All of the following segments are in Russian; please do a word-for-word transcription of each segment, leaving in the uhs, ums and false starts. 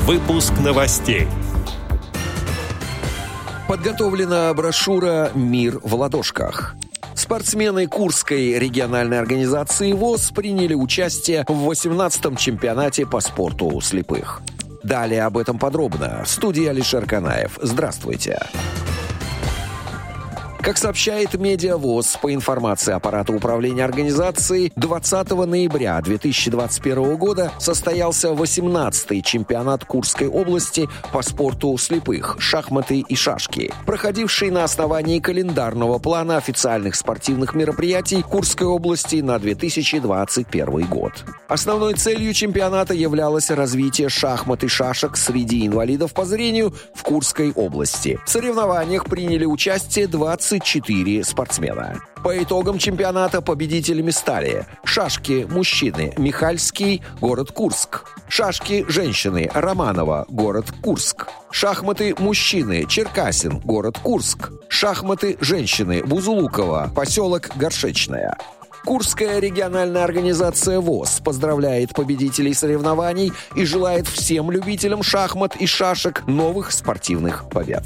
Выпуск новостей. Подготовлена брошюра «Мир в ладошках». Спортсмены Курской региональной организации ВОС приняли участие в восемнадцатом чемпионате по спорту слепых. Далее об этом подробно. В студии Алишер Канаев. Здравствуйте. Как сообщает Медиа ВОС, по информации аппарата управления организации, двадцатого ноября две тысячи двадцать первого года состоялся восемнадцатый чемпионат Курской области по спорту слепых, шахматы и шашки, проходивший на основании календарного плана официальных спортивных мероприятий Курской области на две тысячи двадцать первый год. Основной целью чемпионата являлось развитие шахмат и шашек среди инвалидов по зрению в Курской области. В соревнованиях приняли участие двадцать четыре спортсмена. По итогам чемпионата победителями стали шашки мужчины Михальский, город Курск, шашки женщины Романова, город Курск, шахматы мужчины Черкасин, город Курск, шахматы женщины Бузулукова, поселок Горшечная. Курская региональная организация ВОС поздравляет победителей соревнований и желает всем любителям шахмат и шашек новых спортивных побед.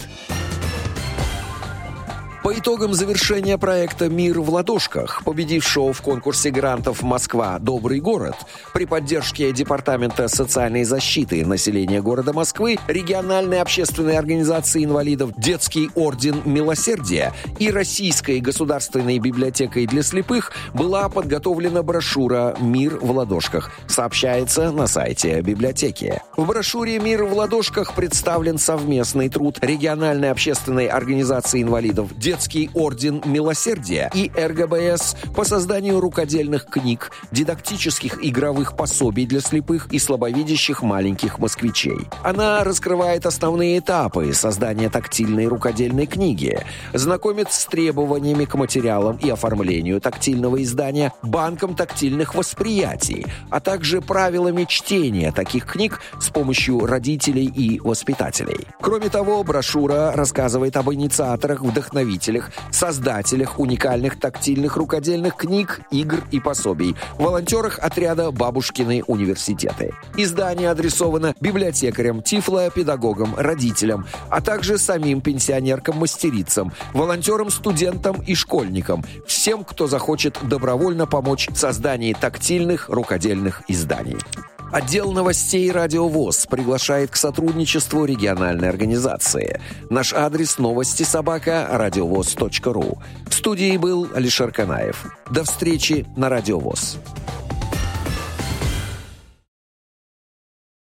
По итогам завершения проекта «Мир в ладошках», победившего в конкурсе грантов «Москва. Добрый город», при поддержке Департамента социальной защиты населения города Москвы, региональной общественной организации инвалидов «Детский орден милосердия» и Российской государственной библиотекой для слепых была подготовлена брошюра «Мир в ладошках», сообщается на сайте библиотеки. В брошюре «Мир в ладошках» представлен совместный труд региональной общественной организации инвалидов «Детский орден милосердия» и эр гэ бэ эс по созданию рукодельных книг, дидактических игровых пособий для слепых и слабовидящих маленьких москвичей. Она раскрывает основные этапы создания тактильной рукодельной книги, знакомит с требованиями к материалам и оформлению тактильного издания, банком тактильных восприятий, а также правилами чтения таких книг с помощью родителей и воспитателей. Кроме того, брошюра рассказывает об инициаторах, вдохновителях, создателях уникальных тактильных рукодельных книг, игр и пособий, волонтерах отряда «Бабушкины университеты». Издание адресовано библиотекарям, тифлопедагогам, родителям, а также самим пенсионеркам-мастерицам, волонтерам, студентам и школьникам, всем, кто захочет добровольно помочь в создании тактильных рукодельных изданий. Отдел новостей «Радио ВОС» приглашает к сотрудничеству региональной организации. Наш адрес новости собака радиовоз точка ру. В студии был Алишер Канаев. До встречи на «Радио ВОС».